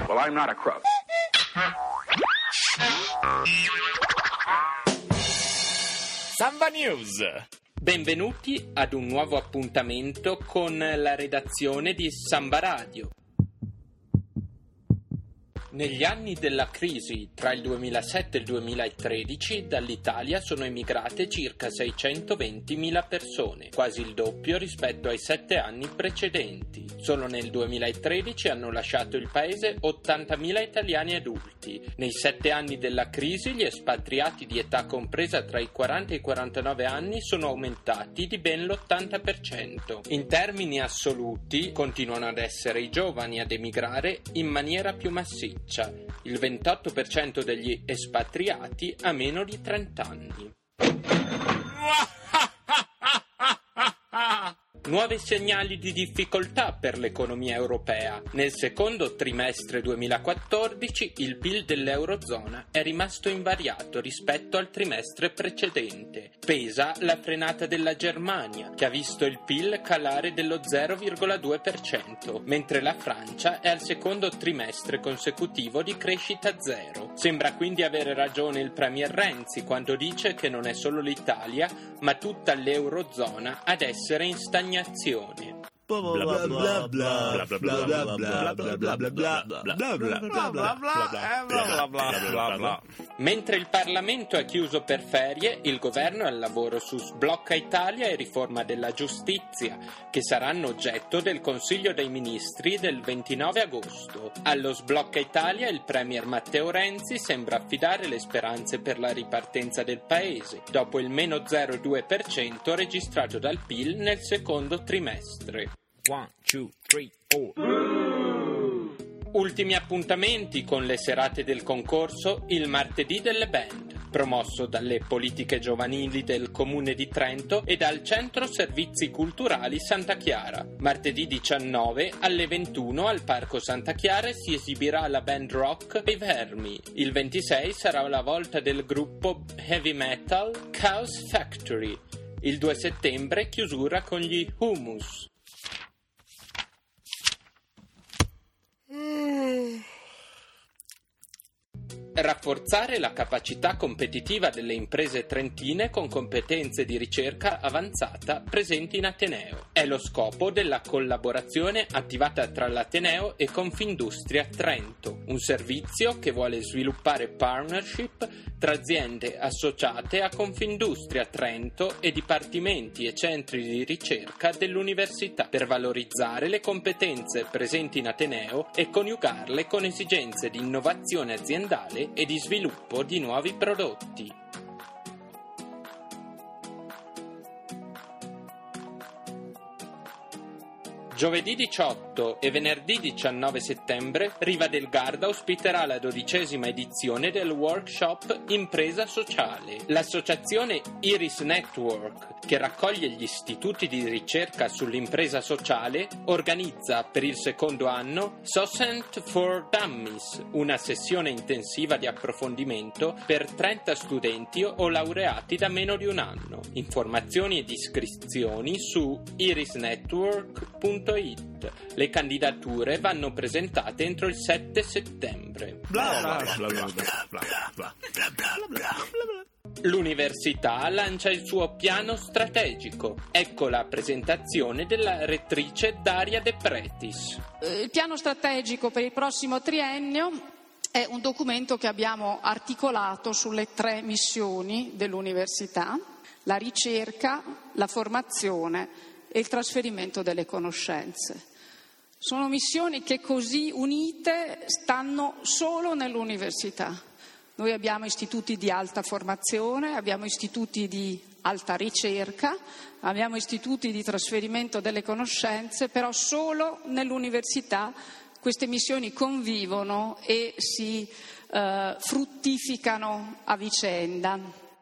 Well, I'm not a crook. Samba News. Benvenuti ad un nuovo appuntamento con la redazione di Samba Radio. Negli anni della crisi, tra il 2007 e il 2013, dall'Italia sono emigrate circa 620.000 persone, quasi il doppio rispetto ai 7 anni precedenti. Solo nel 2013 hanno lasciato il paese 80.000 italiani adulti. Nei 7 anni della crisi, gli espatriati di età compresa tra i 40 e i 49 anni sono aumentati di ben l'80%. In termini assoluti, continuano ad essere i giovani ad emigrare in maniera più massiccia. Il 28% degli espatriati ha meno di 30 anni. Nuovi segnali di difficoltà per l'economia europea. Nel secondo trimestre 2014 il PIL dell'Eurozona è rimasto invariato rispetto al trimestre precedente. Pesa la frenata della Germania, che ha visto il PIL calare dello 0,2%, mentre la Francia è al secondo trimestre consecutivo di crescita zero. Sembra quindi avere ragione il premier Renzi quando dice che non è solo l'Italia, ma tutta l'Eurozona ad essere in stagnazione. Mentre il Parlamento è chiuso per ferie, il governo è al lavoro su Sblocca Italia e riforma della giustizia, che saranno oggetto del Consiglio dei Ministri del 29 agosto. Allo Sblocca Italia il premier Matteo Renzi sembra affidare le speranze per la ripartenza del paese, dopo il meno 0,2% registrato dal PIL nel secondo trimestre. 1, 2, 3, 4. Ultimi appuntamenti con le serate del concorso Il Martedì delle Band, promosso dalle politiche giovanili del Comune di Trento e dal Centro Servizi Culturali Santa Chiara. Martedì 19 alle 21 al Parco Santa Chiara si esibirà la band rock I Vermi. Il 26 sarà la volta del gruppo heavy metal Chaos Factory. Il 2 settembre chiusura con gli Humus. Rafforzare la capacità competitiva delle imprese trentine con competenze di ricerca avanzata presenti in Ateneo. È lo scopo della collaborazione attivata tra l'Ateneo e Confindustria Trento, un servizio che vuole sviluppare partnership tra aziende associate a Confindustria Trento e dipartimenti e centri di ricerca dell'università per valorizzare le competenze presenti in Ateneo e coniugarle con esigenze di innovazione aziendale e di sviluppo di nuovi prodotti. Giovedì 18 e venerdì 19 settembre Riva del Garda ospiterà la 12ª edizione del workshop Impresa Sociale. L'associazione Iris Network, che raccoglie gli istituti di ricerca sull'impresa sociale, organizza per il secondo anno Socient for Dummies, una sessione intensiva di approfondimento per 30 studenti o laureati da meno di un anno. Informazioni ed iscrizioni su irisnetwork.it. Le candidature vanno presentate entro il 7 settembre. L'università lancia il suo piano strategico. Ecco la presentazione della rettrice Daria De Pretis. Il piano strategico per il prossimo triennio è un documento che abbiamo articolato sulle 3 missioni dell'università: la ricerca, la formazione e il trasferimento delle conoscenze. Sono missioni che così unite stanno solo nell'università. Noi abbiamo istituti di alta formazione, abbiamo istituti di alta ricerca, abbiamo istituti di trasferimento delle conoscenze, però solo nell'università queste missioni convivono e si fruttificano a vicenda.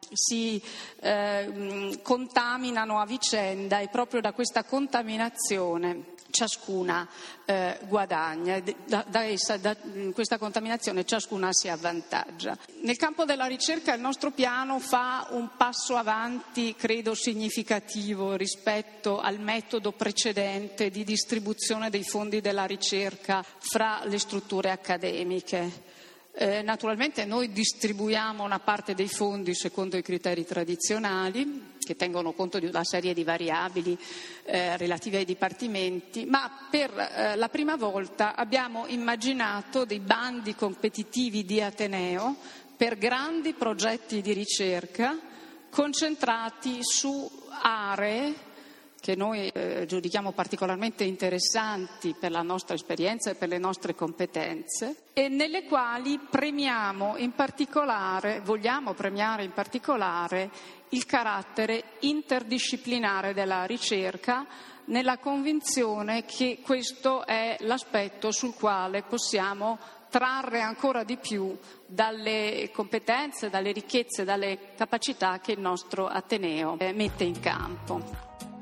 si contaminano a vicenda e proprio da questa contaminazione ciascuna guadagna, da questa contaminazione ciascuna si avvantaggia. Nel campo della ricerca il nostro piano fa un passo avanti, credo significativo, rispetto al metodo precedente di distribuzione dei fondi della ricerca fra le strutture accademiche. Naturalmente noi distribuiamo una parte dei fondi secondo i criteri tradizionali, che tengono conto di una serie di variabili relative ai dipartimenti, ma per la prima volta abbiamo immaginato dei bandi competitivi di Ateneo per grandi progetti di ricerca concentrati su aree che noi giudichiamo particolarmente interessanti per la nostra esperienza e per le nostre competenze, e nelle quali vogliamo premiare in particolare il carattere interdisciplinare della ricerca, nella convinzione che questo è l'aspetto sul quale possiamo trarre ancora di più dalle competenze, dalle ricchezze, dalle capacità che il nostro Ateneo mette in campo.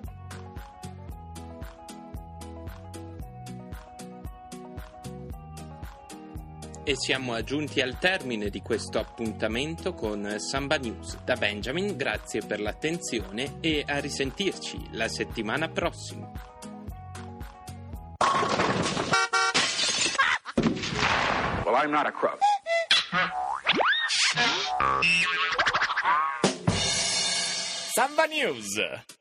E siamo giunti al termine di questo appuntamento con Samba News. Da Benjamin, grazie per l'attenzione e a risentirci la settimana prossima. Well, I'm not a crook. Samba News.